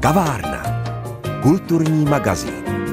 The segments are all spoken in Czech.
Kavárna. Kulturní magazín.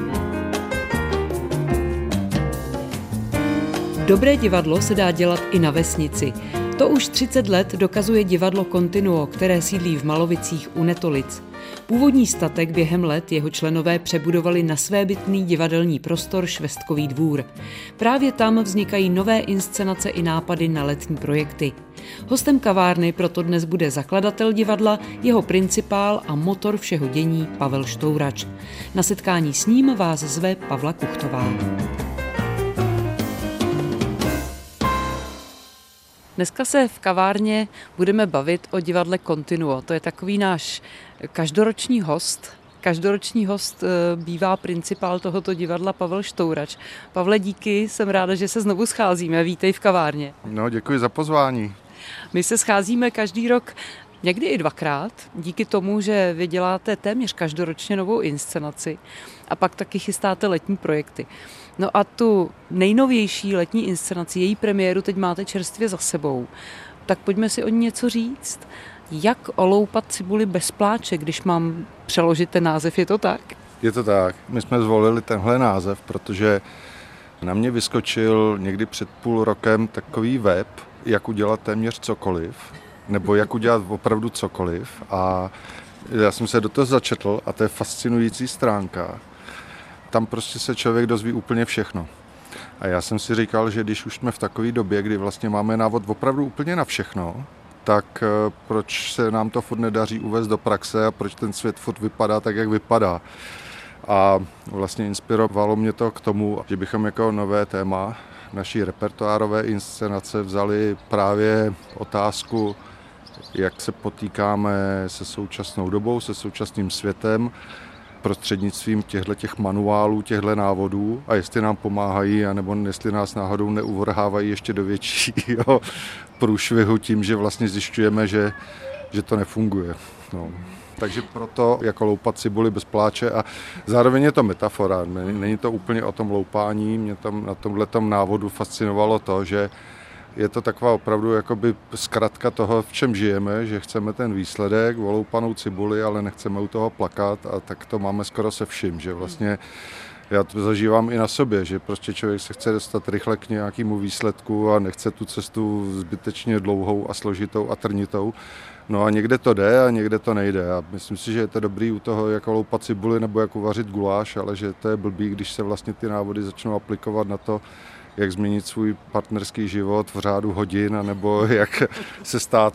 Dobré divadlo se dá dělat i na vesnici. To už 30 let dokazuje divadlo Continuo, které sídlí v Malovicích u Netolic. Původní statek během let jeho členové přebudovali na svébytný divadelní prostor Švestkový dvůr. Právě tam vznikají nové inscenace i nápady na letní projekty. Hostem kavárny proto dnes bude zakladatel divadla, jeho principál a motor všeho dění Pavel Štourač. Na setkání s ním vás zve Pavla Kuchtová. Dneska se v kavárně budeme bavit o divadle Continuo. To je takový náš každoroční host. Každoroční host bývá principál tohoto divadla Pavel Štourač. Pavle, díky, jsem ráda, že se znovu scházíme. Vítej v kavárně. No, děkuji za pozvání. My se scházíme každý rok, někdy i dvakrát, díky tomu, že vy děláte téměř každoročně novou inscenaci a pak taky chystáte letní projekty. No a tu nejnovější letní inscenaci, její premiéru teď máte čerstvě za sebou. Tak pojďme si o ní něco říct. Jak oloupat cibuli bez pláče, když mám přeložit ten název, je to tak? Je to tak. My jsme zvolili tenhle název, protože na mě vyskočil někdy před půl rokem takový web, jak udělat téměř cokoliv, nebo jak udělat opravdu cokoliv. A já jsem se do toho začetl a to je fascinující stránka. Tam prostě se člověk dozví úplně všechno. A já jsem si říkal, že když už jsme v takové době, kdy vlastně máme návod opravdu úplně na všechno, tak proč se nám to furt nedaří uvést do praxe a proč ten svět furt vypadá tak, jak vypadá. A vlastně inspirovalo mě to k tomu, že bychom jako nové téma naší repertoárové inscenace vzali právě otázku, jak se potýkáme se současnou dobou, se současným světem, prostřednictvím těchto manuálů, těchto návodů a jestli nám pomáhají, anebo jestli nás náhodou neuvrhávají ještě do většího průšvihu tím, že vlastně zjišťujeme, že to nefunguje. No. Takže proto jako loupat cibuli bez pláče a zároveň je to metafora. Není to úplně o tom loupání, mě tam na tomhletom návodu fascinovalo to, že je to taková opravdu jakoby zkratka toho, v čem žijeme, že chceme ten výsledek, oloupanou cibuli, ale nechceme u toho plakat a tak to máme skoro se vším, že vlastně já to zažívám i na sobě, že prostě člověk se chce dostat rychle k nějakému výsledku a nechce tu cestu zbytečně dlouhou a složitou a trnitou. No a někde to jde a někde to nejde a myslím si, že je to dobrý u toho, jako loupat cibuli nebo jak uvařit guláš, ale že to je blbý, když se vlastně ty návody začnou aplikovat na to, jak změnit svůj partnerský život v řádu hodin, nebo jak se stát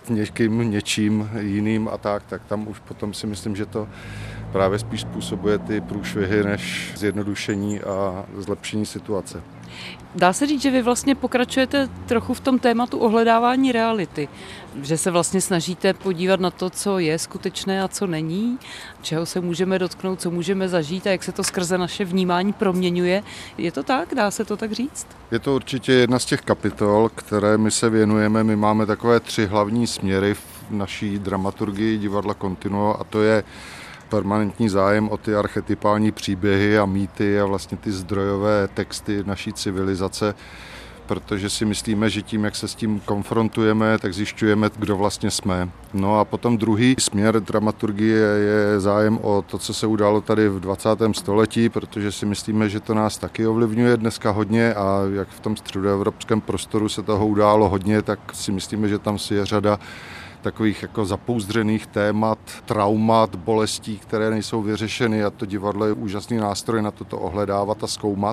něčím jiným a tak tam už potom si myslím, že to právě spíš způsobuje ty průšvihy než zjednodušení a zlepšení situace. Dá se říct, že vy vlastně pokračujete trochu v tom tématu ohledávání reality, že se vlastně snažíte podívat na to, co je skutečné a co není, čeho se můžeme dotknout, co můžeme zažít a jak se to skrze naše vnímání proměňuje. Je to tak? Dá se to tak říct? Je to určitě jedna z těch kapitol, které my se věnujeme. My máme takové 3 hlavní směry v naší dramaturgii divadla Continuo a to je permanentní zájem o ty archetypální příběhy a mýty a vlastně ty zdrojové texty naší civilizace, protože si myslíme, že tím, jak se s tím konfrontujeme, tak zjišťujeme, kdo vlastně jsme. No a potom druhý směr dramaturgie je zájem o to, co se událo tady v 20. století, protože si myslíme, že to nás taky ovlivňuje dneska hodně a jak v tom středoevropském prostoru se toho událo hodně, tak si myslíme, že tam si je řada takových jako zapouzdřených témat, traumat, bolestí, které nejsou vyřešeny a to divadlo je úžasný nástroj na toto ohledávat a zkoumat.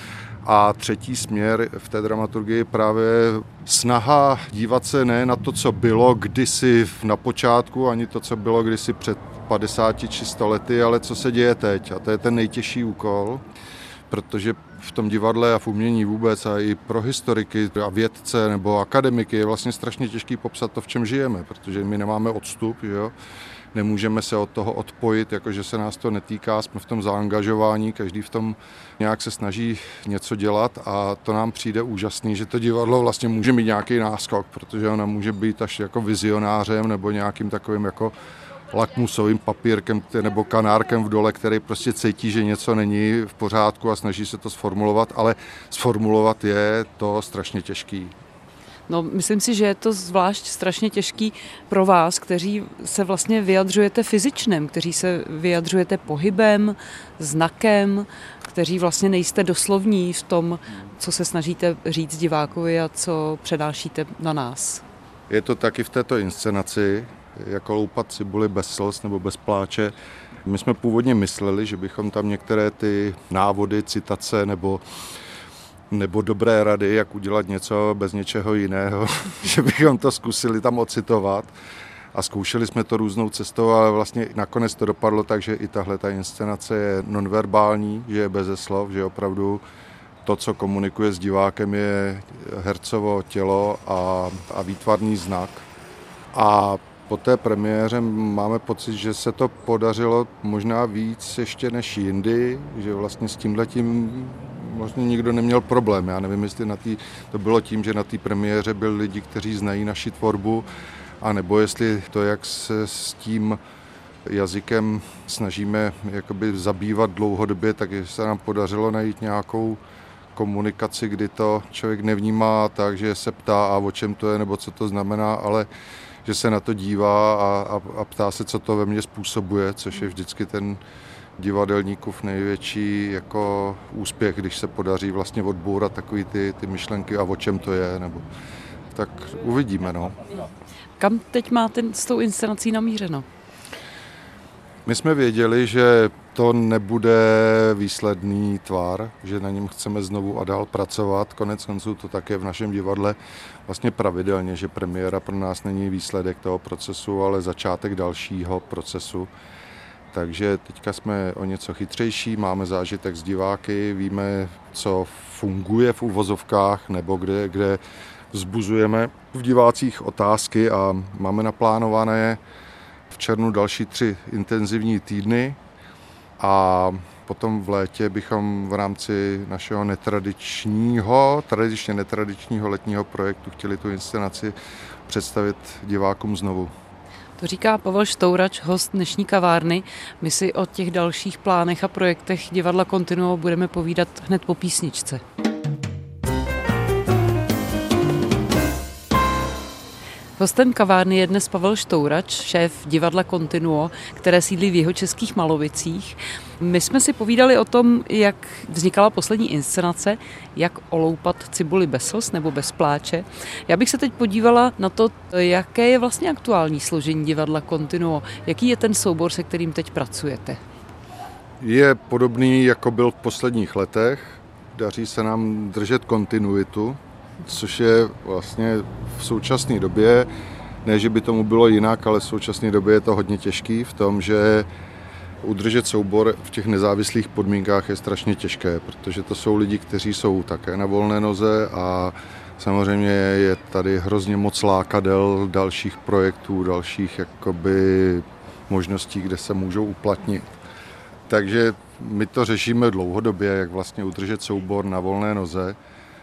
A třetí směr v té dramaturgii je právě snaha dívat se ne na to, co bylo kdysi na počátku, ani to, co bylo kdysi před 50 či 100 lety, ale co se děje teď. A to je ten nejtěžší úkol, protože v tom divadle a v umění vůbec a i pro historiky a vědce nebo akademiky je vlastně strašně těžký popsat to, v čem žijeme, protože my nemáme odstup, že jo? Nemůžeme se od toho odpojit, jakože se nás to netýká, jsme v tom zaangažování, každý v tom nějak se snaží něco dělat a to nám přijde úžasný, že to divadlo vlastně může mít nějaký náskok, protože ono může být až jako vizionářem nebo nějakým takovým jako lakmusovým papírkem nebo kanárkem v dole, který prostě cítí, že něco není v pořádku a snaží se to sformulovat, ale sformulovat je to strašně těžký. No, myslím si, že je to zvlášť strašně těžký pro vás, kteří se vlastně vyjadřujete fyzičnem, kteří se vyjadřujete pohybem, znakem, kteří vlastně nejste doslovní v tom, co se snažíte říct divákovi a co předášíte na nás. Je to taky v této inscenaci, jako loupat cibuli bez slz nebo bez pláče. My jsme původně mysleli, že bychom tam některé ty návody, citace nebo dobré rady, jak udělat něco bez něčeho jiného, že bychom to zkusili tam ocitovat. A zkoušeli jsme to různou cestou, ale vlastně nakonec to dopadlo tak, že i tahle ta inscenace je nonverbální, že je beze slov, že opravdu to, co komunikuje s divákem, je hercovo tělo a výtvarný znak. A po té premiéře máme pocit, že se to podařilo možná víc ještě než jindy, že vlastně s tímhletím vlastně nikdo neměl problém. Já nevím, jestli to bylo tím, že na té premiéře byli lidi, kteří znají naši tvorbu, a nebo jestli to, jak se s tím jazykem snažíme jakoby zabývat dlouhodobě, tak se nám podařilo najít nějakou komunikaci, kdy to člověk nevnímá tak, že se ptá, a o čem to je, nebo co to znamená, ale že se na to dívá a ptá se, co to ve mně způsobuje, což je vždycky ten divadelníkův největší jako úspěch, když se podaří vlastně odbourat takový ty myšlenky a o čem to je, nebo tak uvidíme, no. Kam teď máte s tou inscenací namířeno? My jsme věděli, že to nebude výsledný tvar, že na něm chceme znovu a dál pracovat. Konec konců to také v našem divadle vlastně pravidelně, že premiéra pro nás není výsledek toho procesu, ale začátek dalšího procesu. Takže teďka jsme o něco chytřejší, máme zážitek s diváky, víme, co funguje v uvozovkách nebo kde vzbuzujeme v divácích otázky a máme naplánované v červnu další 3 intenzivní týdny a potom v létě bychom v rámci našeho tradičně netradičního letního projektu chtěli tu inscenaci představit divákům znovu. To říká Pavel Štourač, host dnešní kavárny. My si o těch dalších plánech a projektech divadla Continuo budeme povídat hned po písničce. Hostem kavárny je dnes Pavel Štourač, šéf divadla Continuo, které sídlí v Jihočeských Malovicích. My jsme si povídali o tom, jak vznikala poslední inscenace, jak oloupat cibuli bez slz nebo bez pláče. Já bych se teď podívala na to, jaké je vlastně aktuální složení divadla Continuo. Jaký je ten soubor, se kterým teď pracujete? Je podobný, jako byl v posledních letech. Daří se nám držet kontinuitu, což je vlastně v současné době, ne, že by tomu bylo jinak, ale v současné době je to hodně těžký v tom, že udržet soubor v těch nezávislých podmínkách je strašně těžké, protože to jsou lidi, kteří jsou také na volné noze a samozřejmě je tady hrozně moc lákadel dalších projektů, dalších jakoby možností, kde se můžou uplatnit. Takže my to řešíme dlouhodobě, jak vlastně udržet soubor na volné noze.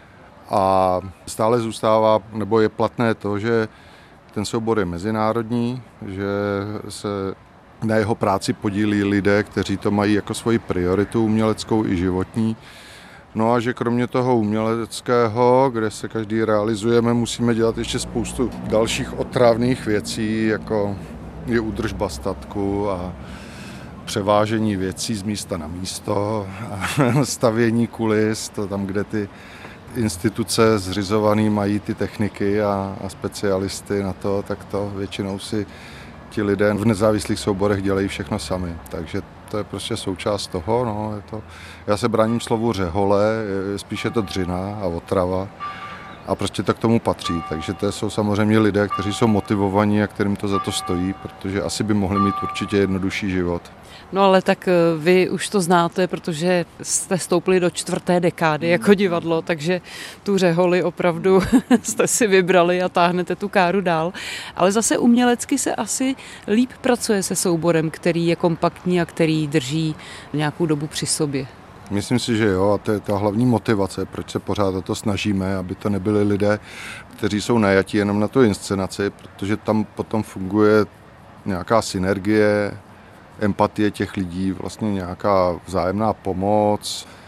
A stále zůstává, nebo je platné to, že ten soubor je mezinárodní, že se na jeho práci podílí lidé, kteří to mají jako svoji prioritu uměleckou i životní. No a že kromě toho uměleckého, kde se každý realizujeme, musíme dělat ještě spoustu dalších otravných věcí, jako je údržba statku a převážení věcí z místa na místo, a stavění kulis, to tam, kde ty instituce zřizované mají ty techniky a specialisty na to, tak to většinou si ti lidé v nezávislých souborech dělají všechno sami. Takže to je prostě součást toho. No, já se bráním slovu řehole, spíše to dřina a otrava a prostě to k tomu patří. Takže to jsou samozřejmě lidé, kteří jsou motivovaní a kterým to za to stojí, protože asi by mohli mít určitě jednodušší život. No ale tak vy už to znáte, protože jste vstoupili do 4. dekády jako divadlo, takže tu řeholi opravdu jste si vybrali a táhnete tu káru dál. Ale zase umělecky se asi líp pracuje se souborem, který je kompaktní a který drží nějakou dobu při sobě. Myslím si, že jo, a to je ta hlavní motivace, proč se pořád o to snažíme, aby to nebyli lidé, kteří jsou najatí jenom na tu inscenaci, protože tam potom funguje nějaká synergie, empatie těch lidí, vlastně nějaká vzájemná pomoc,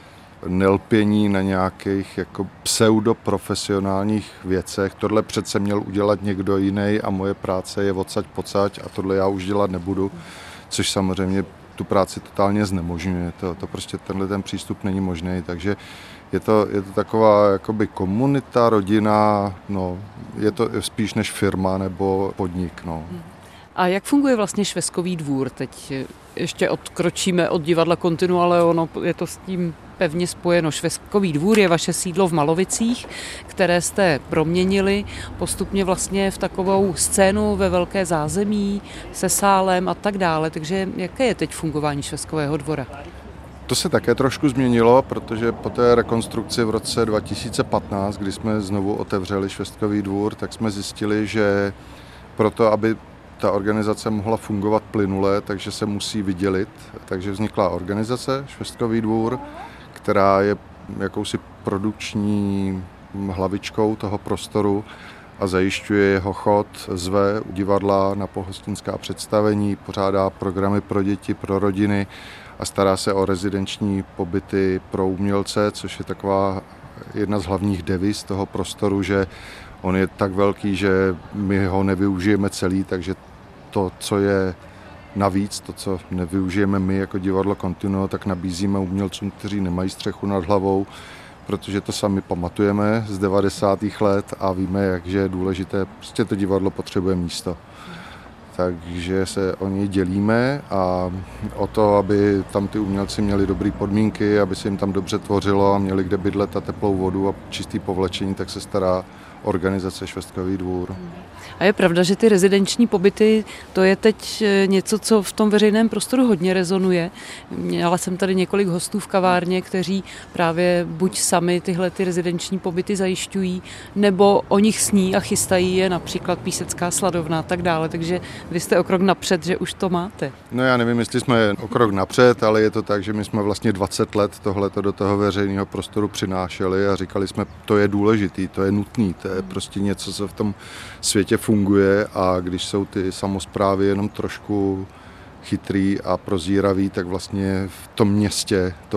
nelpění na nějakých jako pseudoprofesionálních věcech. Tohle přece měl udělat někdo jiný a moje práce je odsaď pocať a tohle já už dělat nebudu, což samozřejmě tu práci totálně znemožňuje. To prostě ten přístup není možný, takže je to taková jakoby komunita, rodina, no, je to spíš než firma nebo podnik. No. A jak funguje vlastně Šveskový dvůr? Teď ještě odkročíme od divadla Continuo, ale ono je to s tím pevně spojeno. Šveskový dvůr je vaše sídlo v Malovicích, které jste proměnili postupně vlastně v takovou scénu ve velké zázemí se sálem a tak dále. Takže jaké je teď fungování Šveskového dvora? To se také trošku změnilo, protože po té rekonstrukci v roce 2015, kdy jsme znovu otevřeli Švestkový dvůr, tak jsme zjistili, že proto, aby ta organizace mohla fungovat plynule, takže se musí vydělit. Takže vznikla organizace Švestkový dvůr, která je jakousi produkční hlavičkou toho prostoru a zajišťuje jeho chod, zve divadla na pohostinská představení, pořádá programy pro děti, pro rodiny a stará se o rezidenční pobyty pro umělce, což je taková jedna z hlavních deviz toho prostoru, že on je tak velký, že my ho nevyužijeme celý, takže to, co je navíc, to, co nevyužijeme my jako divadlo Continuo, tak nabízíme umělcům, kteří nemají střechu nad hlavou, protože to sami pamatujeme z 90. let a víme, jak je důležité, prostě to divadlo potřebuje místo. Takže se o něj dělíme a o to, aby tam ty umělci měli dobré podmínky, aby se jim tam dobře tvořilo a měli kde bydlet a teplou vodu a čistý povlečení, tak se stará organizace Švestkový dvůr. A je pravda, že ty rezidenční pobyty, to je teď něco, co v tom veřejném prostoru hodně rezonuje. Měla jsem tady několik hostů v kavárně, kteří právě buď sami tyhle ty rezidenční pobyty zajišťují, nebo o nich sní a chystají je, například Písecká sladovna a tak dále. Takže vy jste o krok napřed, že už to máte. No já nevím, jestli jsme o krok napřed, ale je to tak, že my jsme vlastně 20 let tohleto do toho veřejného prostoru přinášeli a říkali jsme, to je důležitý, to je nutný, to je prostě něco, co v tom světě funguje a když jsou ty samosprávy jenom trošku chytrý a prozíraví, tak vlastně v tom městě to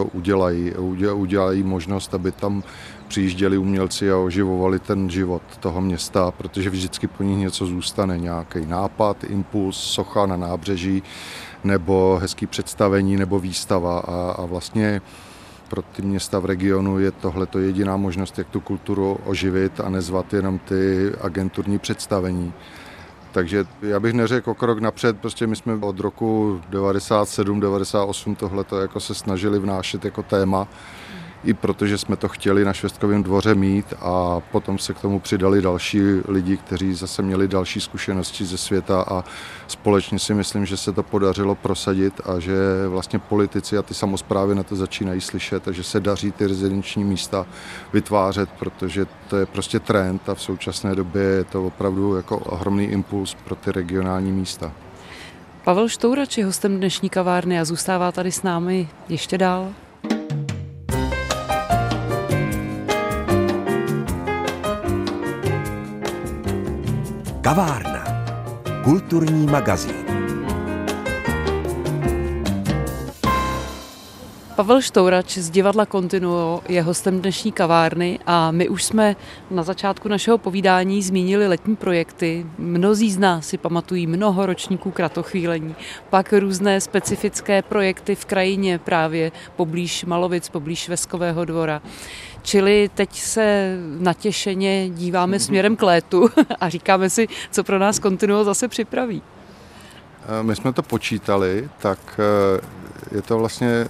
udělají možnost, aby tam přijížděli umělci a oživovali ten život toho města, protože vždycky po nich něco zůstane, nějaký nápad, impuls, socha na nábřeží nebo hezký představení nebo výstava a vlastně pro ty města v regionu je tohleto jediná možnost, jak tu kulturu oživit a nezvat jenom ty agenturní představení. Takže já bych neřekl o krok napřed, prostě my jsme od roku 97, 98 tohleto jako se snažili vnášet jako téma, i protože jsme to chtěli na Švestkovém dvoře mít a potom se k tomu přidali další lidi, kteří zase měli další zkušenosti ze světa a společně si myslím, že se to podařilo prosadit a že vlastně politici a ty samosprávy na to začínají slyšet a že se daří ty rezidenční místa vytvářet, protože to je prostě trend a v současné době je to opravdu jako ohromný impuls pro ty regionální místa. Pavel Štourač je hostem dnešní kavárny a zůstává tady s námi ještě dál. Kavárna. Kulturní magazín. Pavel Štourač z divadla Continuo je hostem dnešní kavárny a my už jsme na začátku našeho povídání zmínili letní projekty. Mnozí z nás si pamatují mnoho ročníků Kratochvílení, pak různé specifické projekty v krajině právě poblíž Malovic, poblíž Šveskového dvora. Čili teď se natěšeně díváme směrem k létu a říkáme si, co pro nás Continuo zase připraví. My jsme to počítali, tak je to vlastně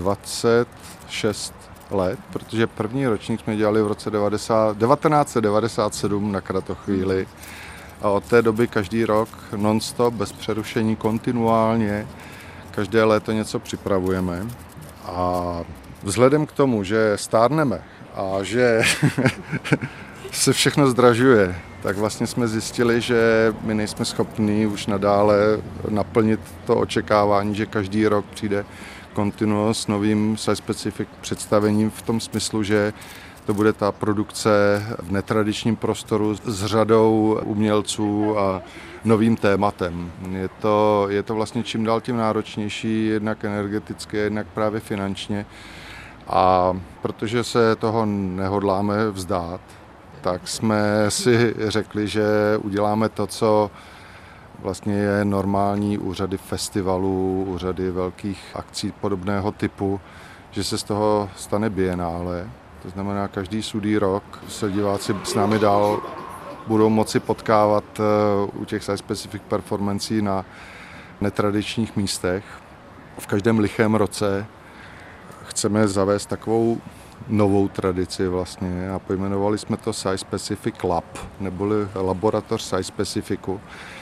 26 let, protože první ročník jsme dělali v roce 1997 na Kratochvíli a od té doby každý rok non-stop, bez přerušení, kontinuálně, každé léto něco připravujeme a vzhledem k tomu, že stárneme a že se všechno zdražuje, tak vlastně jsme zjistili, že my nejsme schopni už nadále naplnit to očekávání, že každý rok přijde Continuo s novým site-specific představením v tom smyslu, že to bude ta produkce v netradičním prostoru s řadou umělců a novým tématem. Je to vlastně čím dál tím náročnější, jednak energeticky, jednak právě finančně. A protože se toho nehodláme vzdát, tak jsme si řekli, že uděláme to, co vlastně je normální u řady festivalů, u řady velkých akcí podobného typu, že se z toho stane bienále. To znamená, každý sudý rok se diváci s námi dál budou moci potkávat u těch site-specific performancí na netradičních místech. V každém lichém roce chceme zavést takovou novou tradici vlastně a pojmenovali jsme to Site-Specific Lab, neboli laboratoř Site-Specificu,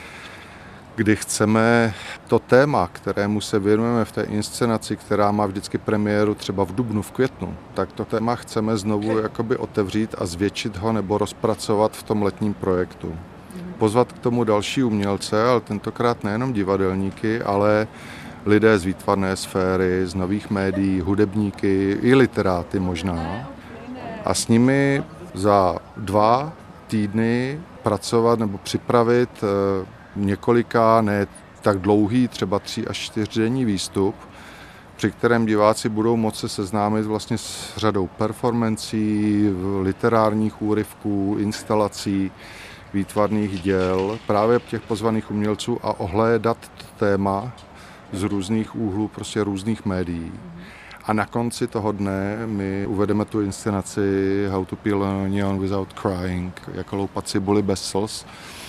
kdy chceme to téma, kterému se věnujeme v té inscenaci, která má vždycky premiéru třeba v dubnu, v květnu, tak to téma chceme znovu jakoby otevřít a zvětšit ho nebo rozpracovat v tom letním projektu. Pozvat k tomu další umělce, ale tentokrát nejenom divadelníky, ale lidé z výtvarné sféry, z nových médií, hudebníky i literáty možná. A s nimi za 2 týdny pracovat nebo připravit několika, ne tak dlouhý, třeba 3 až 4 denní výstup, při kterém diváci budou moci seznámit vlastně s řadou performancí, literárních úryvků, instalací, výtvarných děl, právě těch pozvaných umělců a ohlédat to téma z různých úhlů, prostě různých médií. A na konci toho dne my uvedeme tu inscenaci How to peel an onion without crying, jako loupat cibuli bez slz.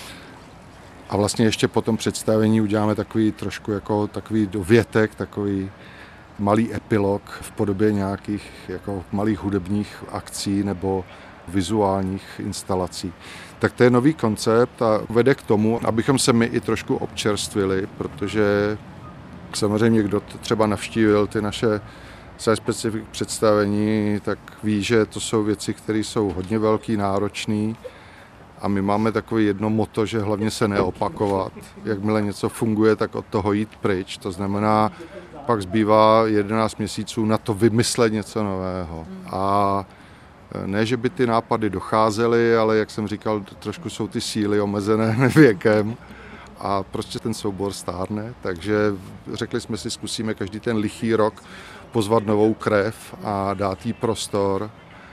A vlastně ještě po tom představení uděláme takový trošku jako takový dovětek, takový malý epilog v podobě nějakých jako malých hudebních akcí nebo vizuálních instalací. Tak to je nový koncept a vede k tomu, abychom se my i trošku občerstvili, protože samozřejmě, kdo třeba navštívil ty naše site-specific představení, tak ví, že to jsou věci, které jsou hodně velký, náročný. A my máme takové jedno motto, že hlavně se neopakovat. Jakmile něco funguje, tak od toho jít pryč. To znamená, pak zbývá 11 měsíců na to vymyslet něco nového. A ne, že by ty nápady docházely, ale jak jsem říkal, trošku jsou ty síly omezené věkem. A prostě ten soubor stárne, takže řekli jsme si, zkusíme každý ten lichý rok pozvat novou krev a dát jí prostor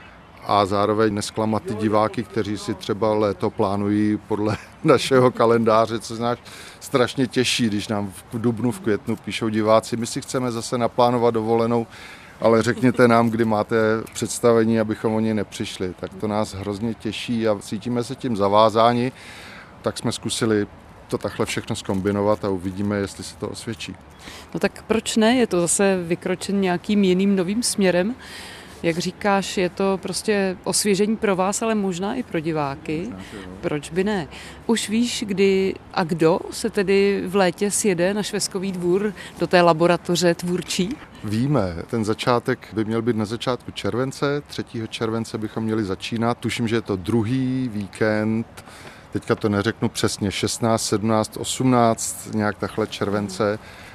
a zároveň nesklamat ty diváky, kteří si třeba léto plánují podle našeho kalendáře, což nás strašně těší, když nám v dubnu, v květnu píšou diváci, my si chceme zase naplánovat dovolenou, ale řekněte nám, kdy máte představení, abychom o ně nepřišli. Tak to nás hrozně těší a cítíme se tím zavázáni, tak jsme zkusili to takhle všechno zkombinovat a uvidíme, jestli se to osvědčí. No tak proč ne? Je to zase vykročen nějakým jiným novým směrem. Jak říkáš, je to prostě osvěžení pro vás, ale možná i pro diváky. Proč by ne? Už víš, kdy a kdo se tedy v létě sjede na Šveskový dvůr do té laboratoře tvůrčí? Víme, ten začátek by měl být na začátku července, 3. července bychom měli začínat. Tuším, že je to druhý víkend, teďka to neřeknu přesně, 16, 17, 18, nějak takhle července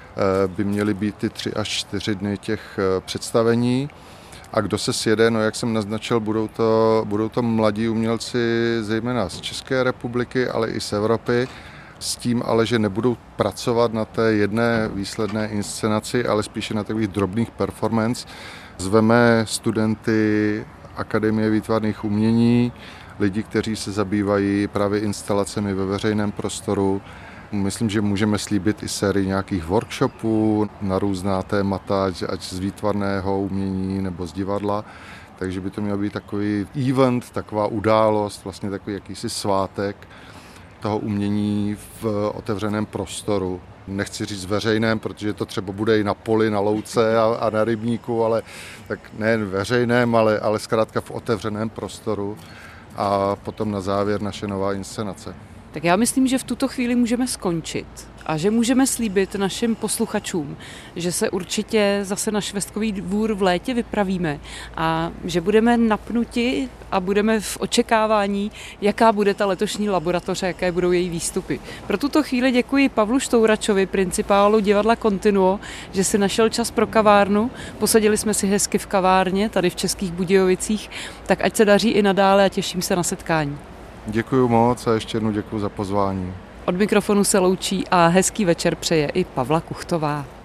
by měly být ty 3 až 4 dny těch představení. A kdo se sjede, no jak jsem naznačil, budou to mladí umělci zejména z České republiky, ale i z Evropy, s tím ale, že nebudou pracovat na té jedné výsledné inscenaci, ale spíše na takových drobných performance. Zveme studenty Akademie výtvarných umění, lidi, kteří se zabývají právě instalacemi ve veřejném prostoru. Myslím, že můžeme slíbit i sérii nějakých workshopů na různá témata, ať z výtvarného umění nebo z divadla. Takže by to měl být takový event, taková událost, vlastně takový jakýsi svátek toho umění v otevřeném prostoru. Nechci říct veřejném, protože to třeba bude i na poli, na louce a na rybníku, ale tak nejen veřejném, ale zkrátka v otevřeném prostoru. A potom na závěr naše nová inscenace. Tak já myslím, že v tuto chvíli můžeme skončit a že můžeme slíbit našim posluchačům, že se určitě zase na Švestkový dvůr v létě vypravíme a že budeme napnuti a budeme v očekávání, jaká bude ta letošní laboratoře, jaké budou její výstupy. Pro tuto chvíli děkuji Pavlu Štouračovi, principálu divadla Continuo, že si našel čas pro kavárnu. Posadili jsme si hezky v kavárně tady v Českých Budějovicích, tak ať se daří i nadále a těším se na setkání. Děkuji moc a ještě jednou děkuji za pozvání. Od mikrofonu se loučí a hezký večer přeje i Pavla Kuchtová.